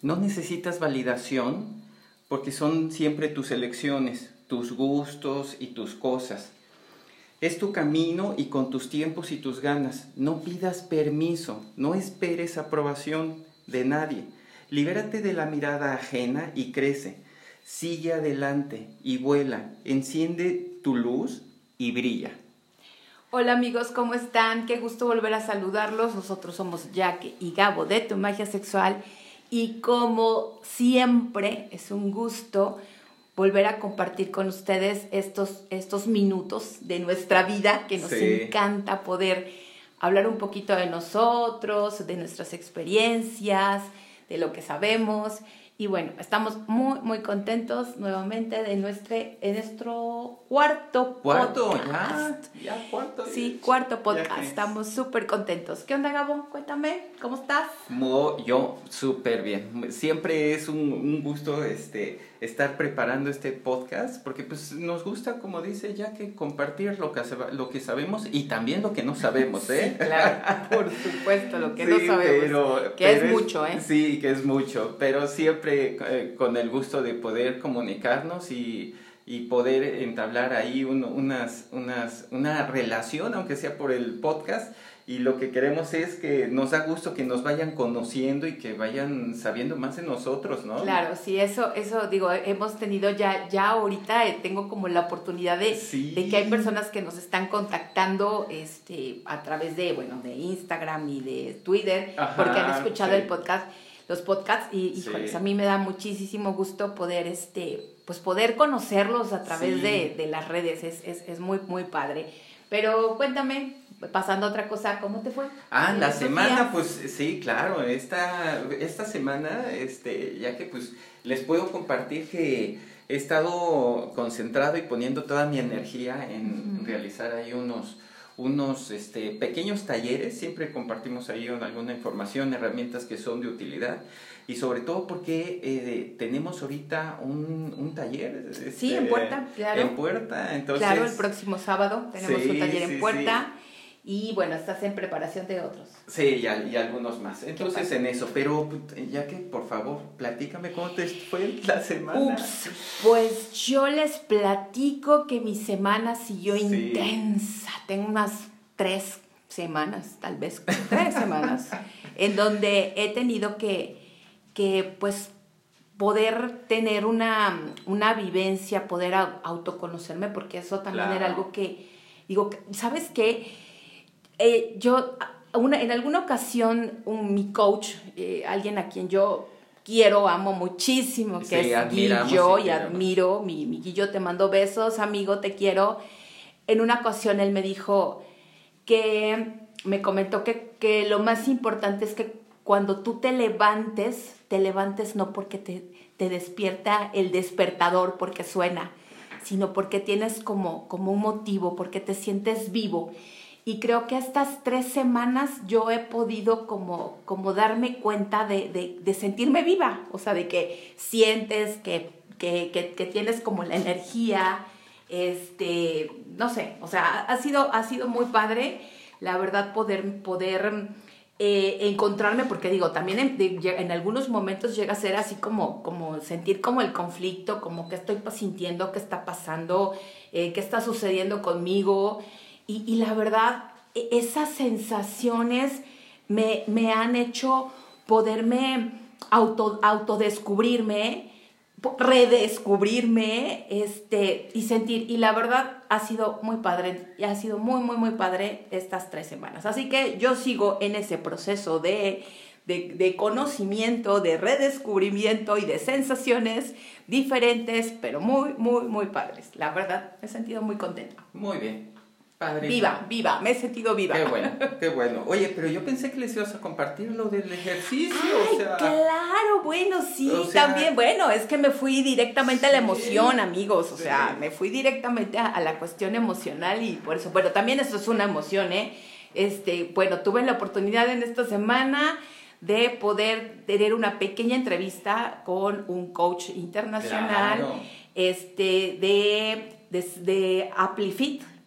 no necesitas validación porque son siempre tus elecciones, tus gustos y tus cosas. Es tu camino y con tus tiempos y tus ganas. No pidas permiso, no esperes aprobación de nadie. Libérate de la mirada ajena y crece. Sigue adelante y vuela. Enciende tu luz y brilla. Hola amigos, ¿cómo están? Qué gusto volver a saludarlos. Nosotros somos Jaque y Gabo de Tu Magia Sexual y como siempre es un gusto volver a compartir con ustedes estos minutos de nuestra vida que nos encanta poder hablar un poquito de nosotros, de nuestras experiencias, de lo que sabemos. Y bueno, estamos muy, muy contentos nuevamente de nuestro cuarto podcast. Ya cuarto. Sí, cuarto podcast. Estamos súper contentos. ¿Qué onda, Gabo? Cuéntame, ¿cómo estás? Yo súper bien. Siempre es un gusto estar preparando este podcast porque pues nos gusta, como dice Jaque, compartir lo que sabemos y también lo que no sabemos, ¿eh? Sí, claro, por supuesto, lo que no sabemos. Es mucho, ¿eh? Sí, que es mucho, pero siempre con el gusto de poder comunicarnos y poder entablar ahí una relación, aunque sea por el podcast. Y lo que queremos es que nos da gusto que nos vayan conociendo y que vayan sabiendo más de nosotros, ¿no? Claro, sí, eso digo, hemos tenido ya ahorita tengo como la oportunidad de que hay personas que nos están contactando a través de Instagram y de Twitter, porque han escuchado los podcasts y híjoles, a mí me da muchísimo gusto poder poder conocerlos a través de las redes, es muy, muy padre. Pero cuéntame, pasando a otra cosa, ¿cómo te fue? La semana, pues sí, claro, esta semana, ya que pues les puedo compartir que he estado concentrado y poniendo toda mi energía en realizar ahí unos pequeños talleres. Siempre compartimos ahí alguna información, herramientas que son de utilidad y sobre todo porque tenemos ahorita un taller. Sí, en Puerta, claro. En Puerta, entonces. Claro, el próximo sábado tenemos un taller en Puerta. Sí. Y bueno, estás en preparación de otros. Sí, y algunos más. Entonces en eso, pero ya que por favor, platícame cómo te fue la semana. Pues yo les platico que mi semana siguió intensa. Tengo unas 3 semanas, tal vez 3 semanas, en donde he tenido que pues poder tener una vivencia, poder autoconocerme, porque eso también era algo que digo, ¿sabes qué? En alguna ocasión mi coach, alguien a quien yo quiero, amo muchísimo, que es Guillo, y admiro, mi Guillo, te mando besos, amigo, te quiero. En una ocasión él me dijo me comentó que lo más importante es que cuando tú te levantes no porque te despierta el despertador porque suena, sino porque tienes como un motivo, porque te sientes vivo. Y creo que estas 3 semanas yo he podido como darme cuenta de sentirme viva, o sea, de que sientes que tienes como la energía, no sé, o sea, ha sido muy padre, la verdad, poder encontrarme, porque digo, también en algunos momentos llega a ser así como sentir como el conflicto, como que estoy sintiendo, qué está pasando, qué está sucediendo conmigo. Y la verdad, esas sensaciones me han hecho poderme autodescubrirme, redescubrirme y sentir. Y la verdad ha sido muy padre, y ha sido muy, muy, muy padre estas 3 semanas. Así que yo sigo en ese proceso de conocimiento, de redescubrimiento y de sensaciones diferentes, pero muy, muy, muy padres. La verdad, me he sentido muy contenta. Muy bien. Padre. Viva, me he sentido viva. Qué bueno. Oye, pero yo pensé que les ibas a compartir lo del ejercicio. Claro, bueno, sí, también. Bueno, es que me fui directamente a la emoción, amigos. O sea, me fui directamente a la cuestión emocional y por eso, bueno, también eso es una emoción, ¿eh? Bueno, tuve la oportunidad en esta semana de poder tener una pequeña entrevista con un coach internacional, de Amplifit.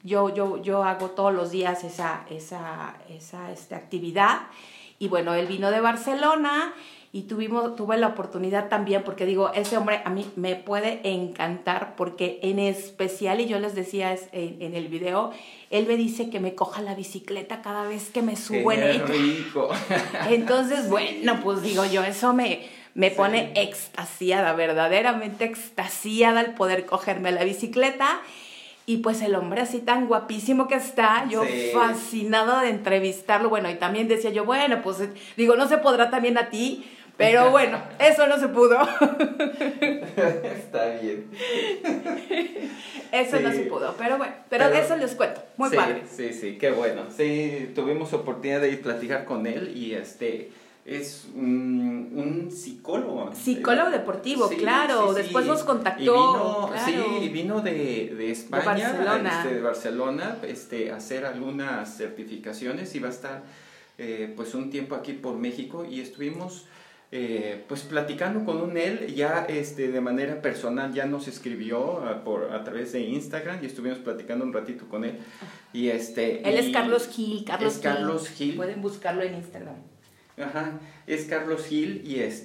yo hago todos los días esa actividad. Y bueno, él vino de Barcelona y tuve la oportunidad también, porque digo, ese hombre a mí me puede encantar, porque en especial, y yo les decía en el video, él me dice que me coja la bicicleta cada vez que me subo en ella. ¡Qué rico! Entonces, bueno, pues digo yo, eso me pone extasiada, verdaderamente extasiada el poder cogerme la bicicleta. Y pues el hombre así tan guapísimo que está, yo fascinada de entrevistarlo. Bueno, y también decía yo, bueno, pues digo, no se podrá también a ti, pero bueno, eso no se pudo. Está bien. Eso no se pudo, pero bueno, pero de eso les cuento, muy padre. Sí, qué bueno. Sí, tuvimos oportunidad de ir a platicar con él y es un psicólogo. Psicólogo deportivo, claro. Después nos contactó. Y vino de España, de Barcelona, a hacer algunas certificaciones y va a estar pues un tiempo aquí por México y estuvimos pues platicando con él ya de manera personal, ya nos escribió a través de Instagram y estuvimos platicando un ratito con él. Y él es Carlos Gil. Carlos Gil. Pueden buscarlo en Instagram. Ajá, es Carlos Gil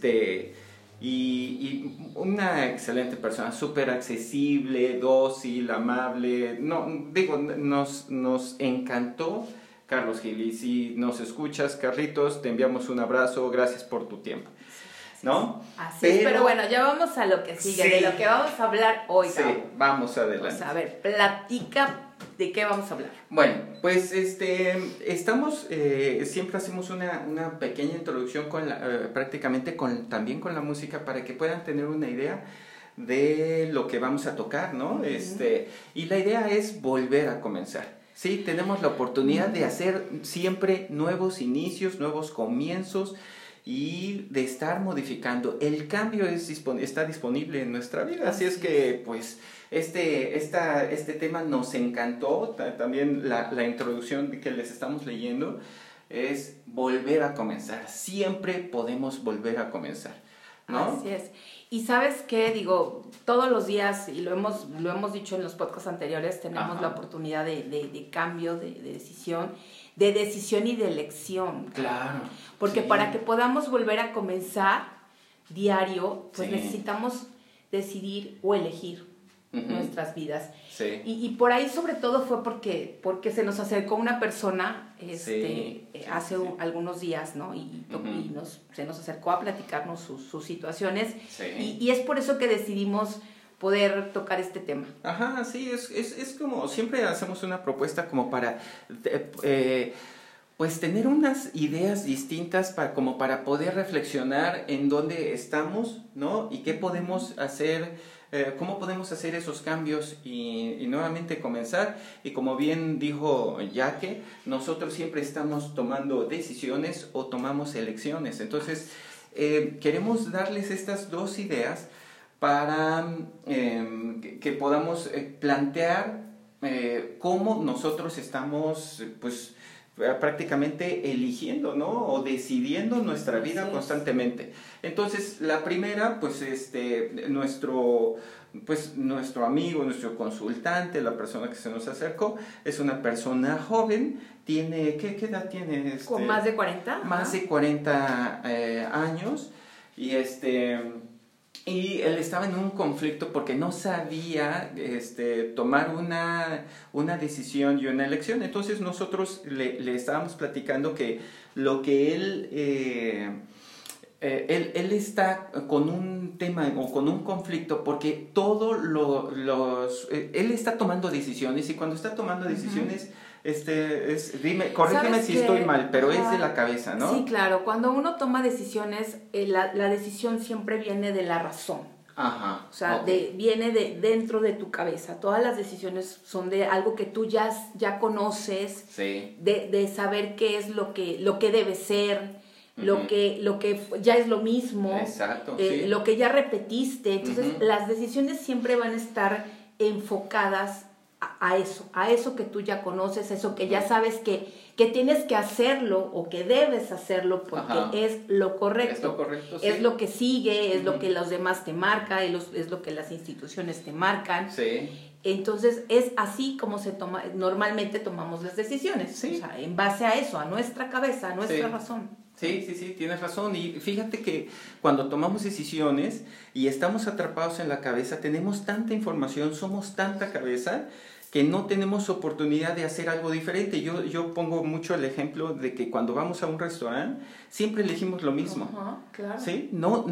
y una excelente persona, súper accesible, dócil, amable. No, digo, nos encantó Carlos Gil. Y si nos escuchas, Carlitos, te enviamos un abrazo, gracias por tu tiempo. ¿No? Así es, pero bueno, ya vamos a lo que sigue, de lo que vamos a hablar hoy. Sí, vamos adelante. Pues a ver, platica de qué vamos a hablar. Bueno, pues estamos, siempre hacemos una pequeña introducción prácticamente también con la música para que puedan tener una idea de lo que vamos a tocar, ¿no? Y la idea es volver a comenzar. Sí, tenemos la oportunidad de hacer siempre nuevos inicios, nuevos comienzos, y de estar modificando. El cambio está disponible en nuestra vida, así es que pues este tema nos encantó. También la introducción que les estamos leyendo es volver a comenzar. Siempre podemos volver a comenzar, ¿no? Así es. Y ¿sabes qué? Digo, todos los días, y lo hemos dicho en los podcasts anteriores, tenemos la oportunidad de cambio, de decisión y de elección. Claro. Porque para que podamos volver a comenzar diario, pues necesitamos decidir o elegir nuestras vidas. Sí. Y por ahí sobre todo fue porque se nos acercó una persona hace algunos días, ¿no? Y se nos acercó a platicarnos sus situaciones. Sí. Y es por eso que decidimos poder tocar este tema. Ajá, sí, es como, siempre hacemos una propuesta como para, pues tener unas ideas distintas como para poder reflexionar en dónde estamos, ¿no? Y qué podemos hacer, cómo podemos hacer esos cambios y nuevamente comenzar. Y como bien dijo Yaque, nosotros siempre estamos tomando decisiones o tomamos elecciones. Entonces, queremos darles estas dos ideas para que podamos plantear cómo nosotros estamos pues prácticamente eligiendo, ¿no? O decidiendo nuestra vida constantemente. Entonces, la primera, pues nuestro amigo, nuestro consultante, la persona que se nos acercó, es una persona joven, tiene, ¿qué edad tiene? ¿Con más de 40? Más de 40 años, y él estaba en un conflicto porque no sabía tomar una decisión y una elección. Entonces nosotros le estábamos platicando que lo que él está con un tema o con un conflicto porque él está tomando decisiones, y cuando está tomando decisiones corrígeme si estoy mal, pero es de la cabeza, ¿no? Sí, claro. Cuando uno toma decisiones, la decisión siempre viene de la razón. Ajá. O sea, viene dentro de tu cabeza. Todas las decisiones son de algo que tú ya conoces, de saber qué es lo que debe ser, lo que ya es lo mismo. Exacto, lo que ya repetiste. Entonces, las decisiones siempre van a estar enfocadas a eso que tú ya conoces, a eso que ya sabes que tienes que hacerlo o que debes hacerlo porque es lo correcto. Es lo correcto, sí. Es lo que sigue, es lo que los demás te marcan, es lo que las instituciones te marcan. Sí. Entonces, es así como normalmente tomamos las decisiones. Sí. O sea, en base a eso, a nuestra cabeza, a nuestra razón. Sí, tienes razón. Y fíjate que cuando tomamos decisiones y estamos atrapados en la cabeza, tenemos tanta información, somos tanta cabeza, que no tenemos oportunidad de hacer algo diferente. Yo pongo mucho el ejemplo de que cuando vamos a un restaurante, siempre elegimos lo mismo. Claro. ¿Sí?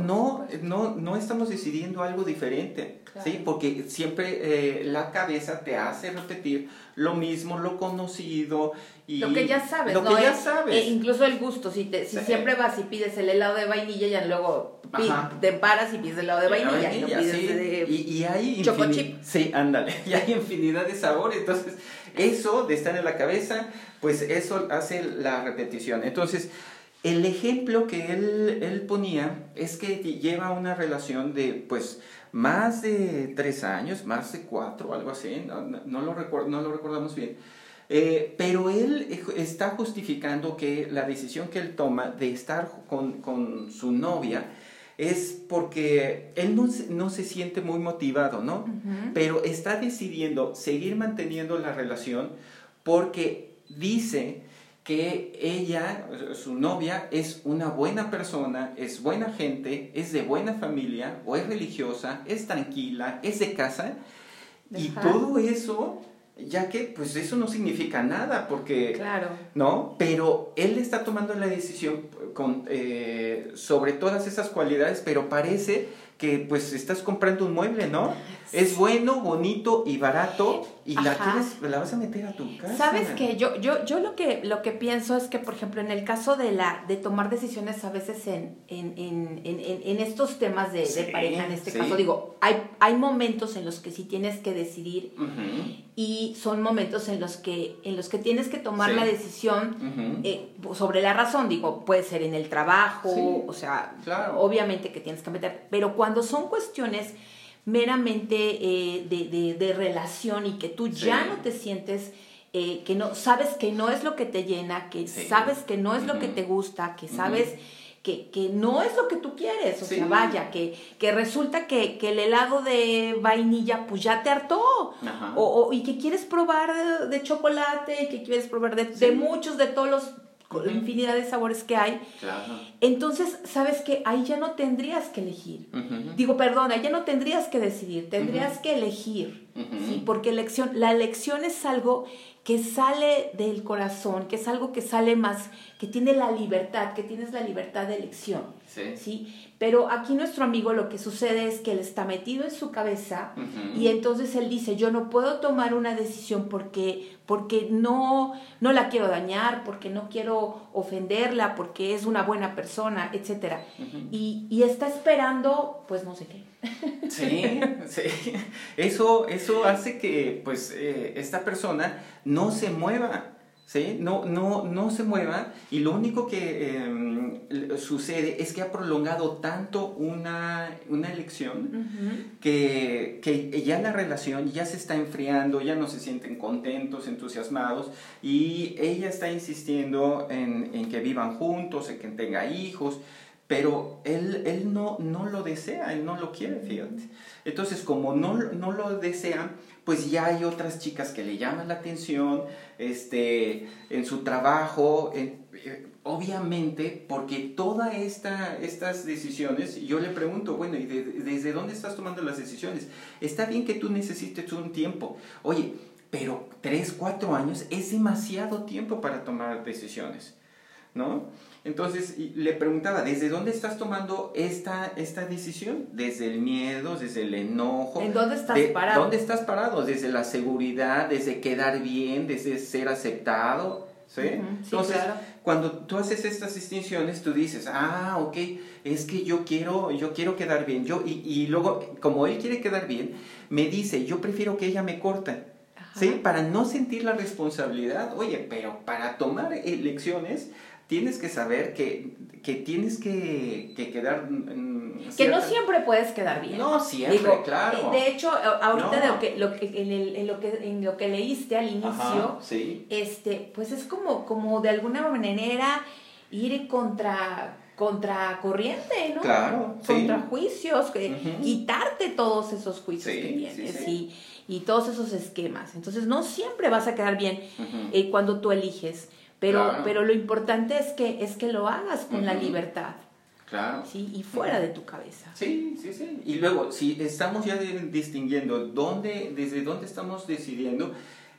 No estamos decidiendo algo diferente. Claro. ¿Sí? Porque siempre la cabeza te hace repetir lo mismo, lo conocido. Y lo que ya sabes, lo que ya sabes. Incluso el gusto, si siempre vas y pides el helado de vainilla, ya luego te paras y pides el helado de vainilla, y no pides de y hay choco chip. Sí, ándale, y hay infinidad de sabores. Entonces, eso de estar en la cabeza, pues eso hace la repetición. Entonces, el ejemplo que él ponía es que lleva una relación de, pues, más de 3 años, más de 4, algo así, no lo recordamos bien. Pero él está justificando que la decisión que él toma de estar con su novia es porque él no se siente muy motivado, ¿no? Uh-huh. Pero está decidiendo seguir manteniendo la relación porque dice que ella, su novia, es una buena persona, es buena gente, es de buena familia, o es religiosa, es tranquila, es de casa, y todo eso, ya que pues eso no significa nada, porque, claro, ¿no? Pero él está tomando la decisión sobre todas esas cualidades, pero parece que pues estás comprando un mueble, ¿no? Sí. Es bueno, bonito y barato, y la vas a meter a tu casa. ¿Sabes qué? Yo lo que pienso es que, por ejemplo, en el caso de tomar decisiones a veces en estos temas de pareja, en este caso, digo, hay momentos en los que sí tienes que decidir, uh-huh, y son momentos en los que tienes que tomar la decisión, uh-huh, sobre la razón. Digo, puede ser en el trabajo, o sea, claro, obviamente que tienes que meter, pero cuando son cuestiones meramente de relación y que tú ya no te sientes, que no sabes que no es lo que te llena, que sabes que no es, uh-huh, lo que te gusta, que sabes, uh-huh, que no es lo que tú quieres, o sea, vaya, que resulta que el helado de vainilla pues ya te hartó, y que quieres probar de chocolate, y que quieres probar de muchos, de todos los, uh-huh, infinidad de sabores que hay. Claro. Entonces, ¿sabes qué? Ahí ya no tendrías que elegir. Uh-huh. Digo, perdón, ahí ya no tendrías que decidir, tendrías, uh-huh, que elegir. Uh-huh. ¿Sí? Porque la elección es algo que sale del corazón, que es algo que sale más, que tiene la libertad, que tienes la libertad de elección. ¿Sí? Pero aquí nuestro amigo, lo que sucede es que él está metido en su cabeza, uh-huh, y entonces él dice, yo no puedo tomar una decisión porque no la quiero dañar, porque no quiero ofenderla, porque es una buena persona, etc. Uh-huh. Y está esperando, pues no sé qué. Sí. Eso hace que pues esta persona no se mueva. ¿Sí? No se mueva, y lo único que sucede es que ha prolongado tanto una elección, uh-huh, que ya la relación ya se está enfriando, ya no se sienten contentos, entusiasmados, y ella está insistiendo en que vivan juntos, en que tenga hijos, pero él no lo desea, él no lo quiere, fíjate. Entonces, como no lo desea, pues ya hay otras chicas que le llaman la atención, en su trabajo, obviamente, porque todas estas decisiones, yo le pregunto, bueno, ¿y desde dónde estás tomando las decisiones? Está bien que tú necesites un tiempo, oye, pero 3, 4 años es demasiado tiempo para tomar decisiones, ¿no? Entonces le preguntaba, ¿desde dónde estás tomando esta decisión? Desde el miedo, desde el enojo. ¿En dónde estás parado? ¿Dónde estás parado? Desde la seguridad, desde quedar bien, desde ser aceptado, ¿sí? Uh-huh, entonces, claro, cuando tú haces estas distinciones, tú dices, ok, es que yo quiero quedar bien. Y luego, como él quiere quedar bien, me dice, yo prefiero que ella me corte, ¿sí? Para no sentir la responsabilidad. Oye, pero para tomar elecciones tienes que saber que tienes que quedar... que no siempre puedes quedar bien. No siempre, claro. De hecho, ahorita en lo que leíste al inicio, ajá, sí, pues es como de alguna manera ir contra corriente, ¿no? Claro, contra sí, juicios, uh-huh, quitarte todos esos juicios, sí, que tienes. Sí. y todos esos esquemas. Entonces no siempre vas a quedar bien cuando tú eliges, pero lo importante es que lo hagas con la libertad. Claro. ¿Sí? Y fuera de tu cabeza. Sí. Y luego, si estamos ya distinguiendo desde dónde estamos decidiendo,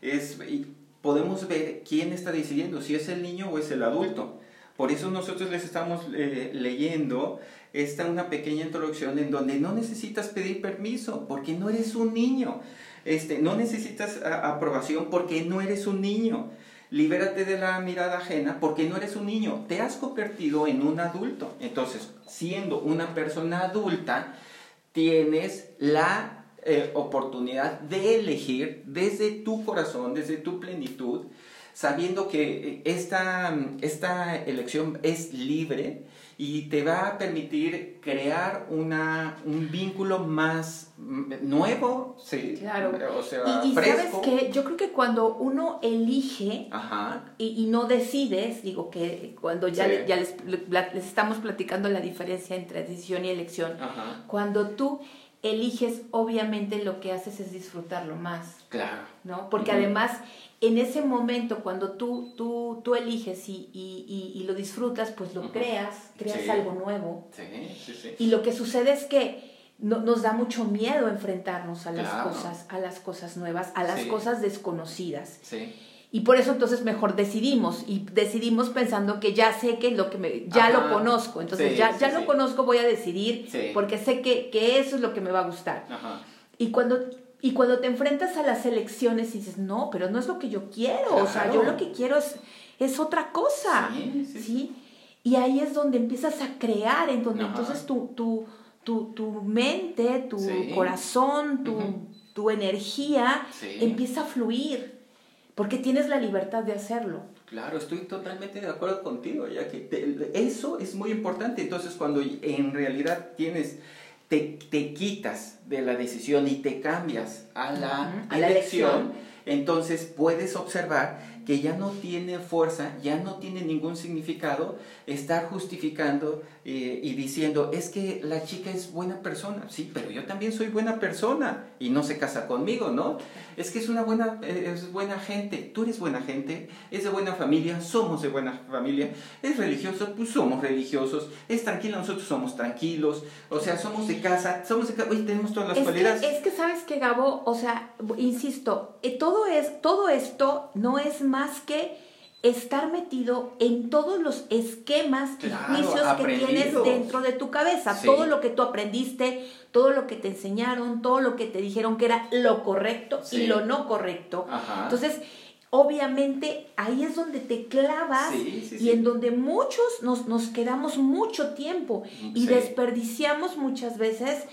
podemos ver quién está decidiendo, si es el niño o es el adulto. Por eso nosotros les estamos leyendo una pequeña introducción en donde no necesitas pedir permiso porque no eres un niño. No necesitas aprobación porque no eres un niño. Libérate de la mirada ajena porque no eres un niño. Te has convertido en un adulto. Entonces, siendo una persona adulta, tienes la oportunidad de elegir desde tu corazón, desde tu plenitud, sabiendo que esta elección es libre y te va a permitir crear un vínculo más nuevo, sí, claro. O sea, y fresco. ¿sabes qué? Yo creo que cuando uno elige y no decides, digo que cuando ya les estamos platicando la diferencia entre decisión y elección, cuando tú eliges, obviamente lo que haces es disfrutarlo más. Claro. ¿No? Porque además, en ese momento, cuando tú eliges y lo disfrutas, pues lo creas algo nuevo. Sí. Y lo que sucede es que nos da mucho miedo enfrentarnos a las cosas nuevas, a las cosas desconocidas. Sí. Y por eso entonces mejor decidimos pensando que ya sé que lo conozco, entonces ya lo conozco, voy a decidir porque sé que eso es lo que me va a gustar. Y cuando te enfrentas a las elecciones y dices, no, pero no es lo que yo quiero, claro. O sea, yo lo que quiero es otra cosa, ¿sí? Y ahí es donde empiezas a crear, en donde entonces tu mente, tu corazón, tu energía empieza a fluir. Porque tienes la libertad de hacerlo. Claro, estoy totalmente de acuerdo contigo, ya que eso es muy importante. Entonces, cuando en realidad te quitas de la decisión y te cambias a la elección, entonces puedes observar que ya no tiene fuerza, ya no tiene ningún significado estar justificando y diciendo, es que la chica es buena persona. Sí, pero yo también soy buena persona y no se casa conmigo, ¿no? Es que es buena gente, tú eres buena gente, es de buena familia, somos de buena familia, es religioso, pues somos religiosos, es tranquilo, nosotros somos tranquilos, o sea, somos de casa, oye, tenemos todas las cualidades. Es que sabes que, Gabo, o sea, insisto, todo esto no es más que estar metido en todos los esquemas y juicios que tienes dentro de tu cabeza, todo lo que tú aprendiste, todo lo que te enseñaron, todo lo que te dijeron que era lo correcto y lo no correcto. Entonces, obviamente, ahí es donde te clavas y en donde muchos nos quedamos mucho tiempo y desperdiciamos muchas veces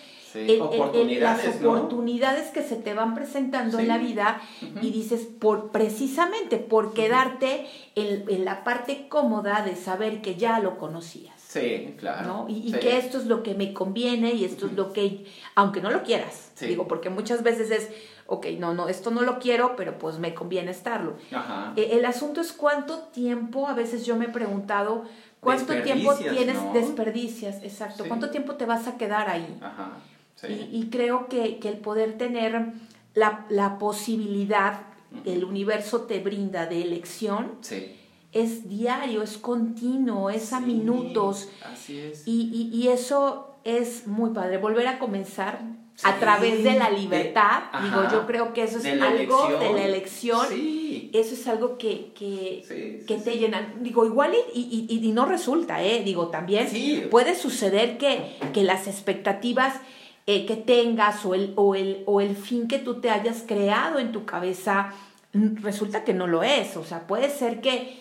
las oportunidades que se te van presentando en la vida y dices, precisamente por quedarte en la parte cómoda de saber que ya lo conocías. Sí, claro. ¿No? Y que esto es lo que me conviene y esto es lo que, aunque no lo quieras, digo, porque muchas veces es, no, esto no lo quiero, pero pues me conviene estarlo. El asunto es cuánto tiempo, a veces yo me he preguntado, ¿cuánto tiempo tienes? Desperdicias, exacto. ¿Cuánto tiempo te vas a quedar ahí? Y creo que el poder tener la posibilidad, el universo te brinda de elección, es diario, es continuo, es a minutos. Así es. Y eso es muy padre, volver a comenzar a través de la libertad. Yo creo que eso es algo de la elección. Eso es algo que te llena. Digo, igual y no resulta, también puede suceder que las expectativas que tengas o el fin que tú te hayas creado en tu cabeza resulta que no lo es. O sea, puede ser que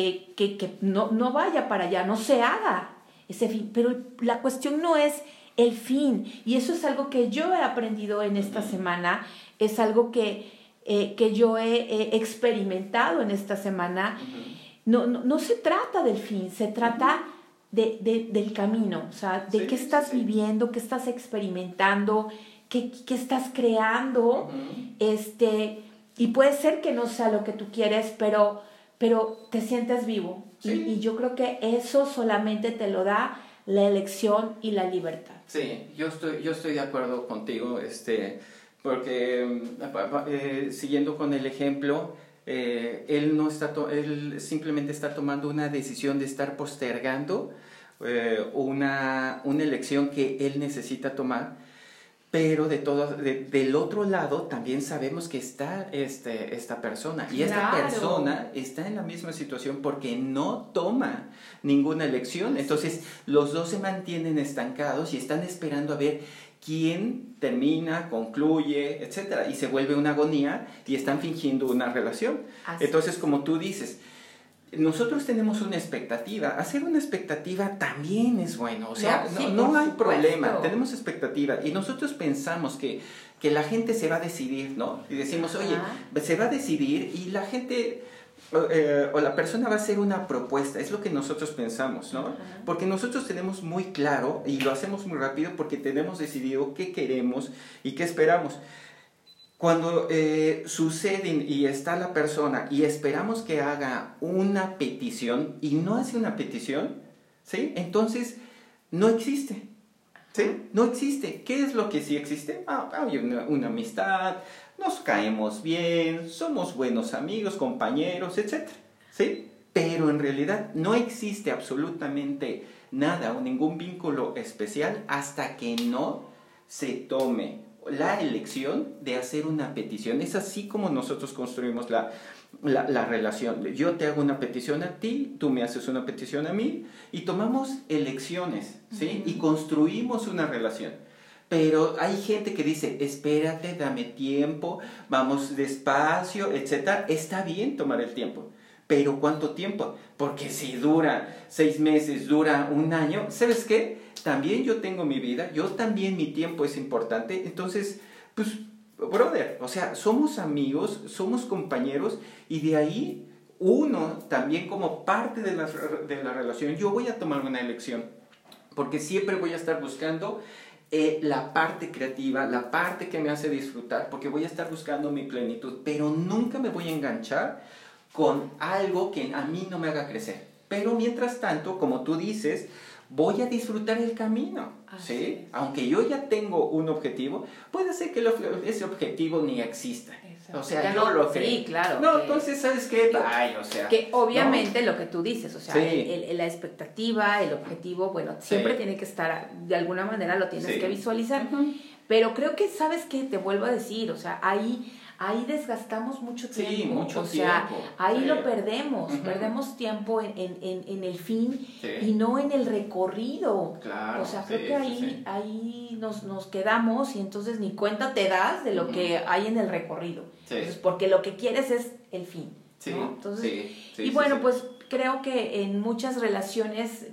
no vaya para allá, no se haga ese fin, pero la cuestión no es el fin, y eso es algo que yo he aprendido en esta semana, es algo que yo he experimentado en esta semana. No se trata del fin, se trata del camino, o sea, de qué estás viviendo, qué estás experimentando, qué estás creando, y puede ser que no sea lo que tú quieres, pero te sientes vivo. Y yo creo que eso solamente te lo da la elección y la libertad. Sí, yo estoy de acuerdo contigo. porque siguiendo con el ejemplo, él simplemente está tomando una decisión de estar postergando una elección que él necesita tomar, pero del otro lado también sabemos que está esta persona, y esta persona está en la misma situación porque no toma ninguna elección. Entonces los dos se mantienen estancados y están esperando a ver quién termina, concluye, etcétera, y se vuelve una agonía y están fingiendo una relación. Entonces, como tú dices, nosotros tenemos una expectativa. Hacer una expectativa también es bueno. O sea, no hay problema. Tenemos expectativa. Y nosotros pensamos que la gente se va a decidir, ¿no? Y decimos, oye, se va a decidir y la gente o la persona va a hacer una propuesta. Es lo que nosotros pensamos, ¿no? Porque nosotros tenemos muy claro y lo hacemos muy rápido porque tenemos decidido qué queremos y qué esperamos. Cuando suceden y está la persona y esperamos que haga una petición y no hace una petición, ¿sí? Entonces no existe, ¿sí? No existe. ¿Qué es lo que sí existe? Hay una amistad, nos caemos bien, somos buenos amigos, compañeros, etc., ¿sí? Pero en realidad no existe absolutamente nada o ningún vínculo especial hasta que no se tome la elección de hacer una petición. Es así como nosotros construimos la relación. Yo te hago una petición a ti, tú me haces una petición a mí y tomamos elecciones, ¿sí? Y construimos una relación. Pero hay gente que dice, espérate, dame tiempo, vamos despacio, etc. Está bien tomar el tiempo, pero ¿cuánto tiempo? Porque si dura 6 meses, dura un año, ¿sabes qué? También yo tengo mi vida, yo también mi tiempo es importante. Entonces, pues, brother, o sea, somos amigos, somos compañeros, y de ahí uno también como parte de la relación, yo voy a tomar una elección, porque siempre voy a estar buscando la parte creativa, la parte que me hace disfrutar, porque voy a estar buscando mi plenitud, pero nunca me voy a enganchar con algo que a mí no me haga crecer. Pero mientras tanto, como tú dices, voy a disfrutar el camino, ¿sí? Aunque yo ya tengo un objetivo, puede ser que ese objetivo ni exista. Exacto. O sea, ya yo lo creo. Sí, claro. No, entonces, ¿sabes qué? O sea, que obviamente lo que tú dices, o sea, la expectativa, el objetivo, bueno, siempre tiene que estar, de alguna manera lo tienes que visualizar. Pero creo que, ¿sabes qué? Te vuelvo a decir, o sea, ahí desgastamos mucho tiempo. Sí, mucho o sea, tiempo. Ahí lo perdemos. Perdemos tiempo en el fin y no en el recorrido. Claro. O sea, creo que ahí nos quedamos y entonces ni cuenta te das de lo que hay en el recorrido. Entonces, porque lo que quieres es el fin, ¿no? Entonces, pues creo que en muchas relaciones,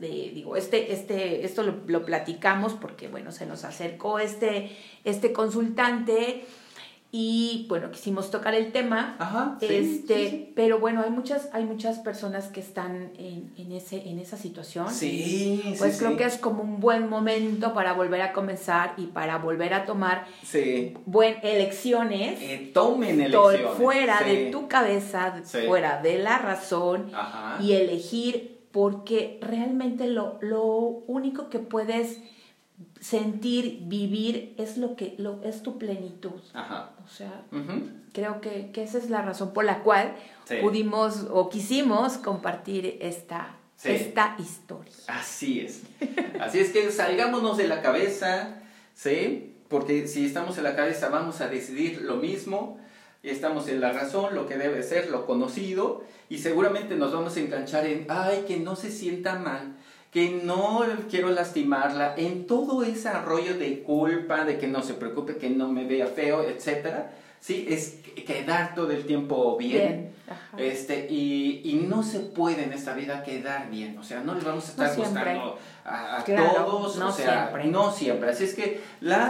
esto lo platicamos porque, bueno, se nos acercó este consultante y, bueno, quisimos tocar el tema. Pero bueno, hay muchas personas que están en esa situación. Pues creo que es como un buen momento para volver a comenzar y para volver a tomar elecciones. Tomen elecciones. Fuera de tu cabeza, fuera de la razón, y elegir, porque realmente lo único que puedes sentir, vivir, es es tu plenitud. O sea, creo que esa es la razón por la cual pudimos o quisimos compartir esta historia. Así es. Así es que salgámonos de la cabeza, ¿sí? Porque si estamos en la cabeza vamos a decidir lo mismo, y estamos en la razón, lo que debe ser, lo conocido, y seguramente nos vamos a enganchar en, que no se sienta mal, que no quiero lastimarla, en todo ese rollo de culpa, de que no se preocupe, que no me vea feo, etcétera. Sí, es quedar todo el tiempo bien. Y no se puede en esta vida quedar bien, o sea, no les vamos a estar buscando a todos, no siempre. Así es que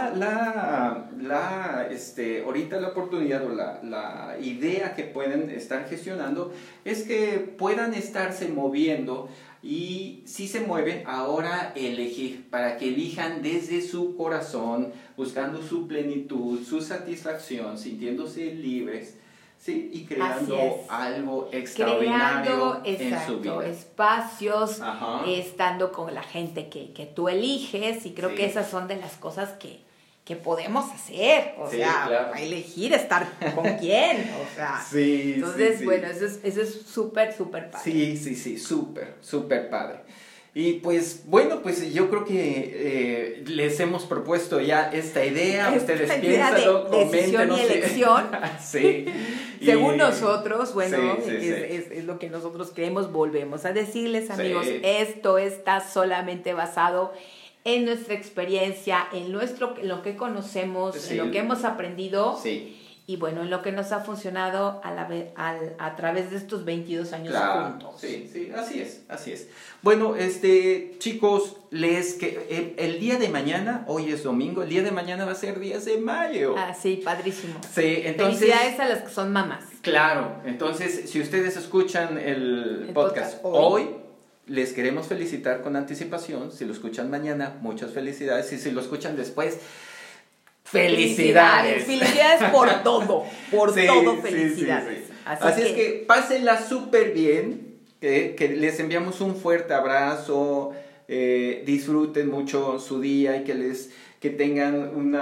ahorita la oportunidad o la idea que pueden estar gestionando es que puedan estarse moviendo. Y si se mueven, ahora elegir, para que elijan desde su corazón, buscando su plenitud, su satisfacción, sintiéndose libres, ¿sí? Y creando algo extraordinario en su vida. Espacios, estando con la gente que tú eliges, y creo que esas son de las cosas que que podemos hacer, o sea, claro, a elegir estar con quién, o sea, sí, entonces, sí, bueno, eso es súper, súper padre. Sí, súper, súper padre. Y pues, bueno, pues yo creo que les hemos propuesto ya esta idea, ustedes piénsenlo, coméntenos. Decisión y elección. Sí. Según nosotros, bueno, sí, es lo que nosotros creemos, volvemos a decirles, amigos, esto está solamente basado en nuestra experiencia, en lo que conocemos, en lo que hemos aprendido. Sí. Y bueno, en lo que nos ha funcionado a través de estos 22 años juntos. Sí, así es. Bueno, chicos, el día de mañana, hoy es domingo, el día de mañana va a ser 10 de mayo. Ah, sí, padrísimo. Sí, entonces... Felicidades a las que son mamás. Claro, entonces, si ustedes escuchan el podcast hoy, les queremos felicitar con anticipación. Si lo escuchan mañana, muchas felicidades. Y si lo escuchan después... ¡Felicidades! Felicidades por todo, felicidades. Sí. Así es que pásenla súper bien, que les enviamos un fuerte abrazo, disfruten mucho su día y que tengan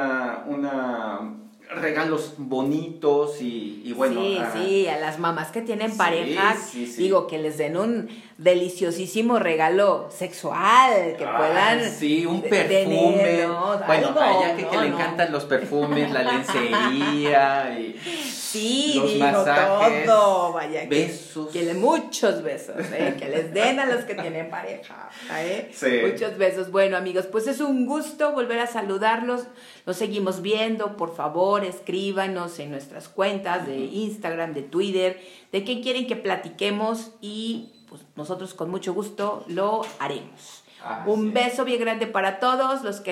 regalos bonitos y bueno. Sí, a las mamás que tienen pareja, digo, que les den un deliciosísimo regalo sexual, que puedan... Sí, un perfume. Bueno, a ella que le encantan los perfumes, la lencería y... Sí, los masajes, todo, vaya, besos. Muchos besos, que les den a los que tienen pareja, muchos besos. Bueno, amigos, pues es un gusto volver a saludarlos, los seguimos viendo, por favor, escríbanos en nuestras cuentas de Instagram, de Twitter, de qué quieren que platiquemos y pues nosotros con mucho gusto lo haremos. Un beso bien grande para todos los que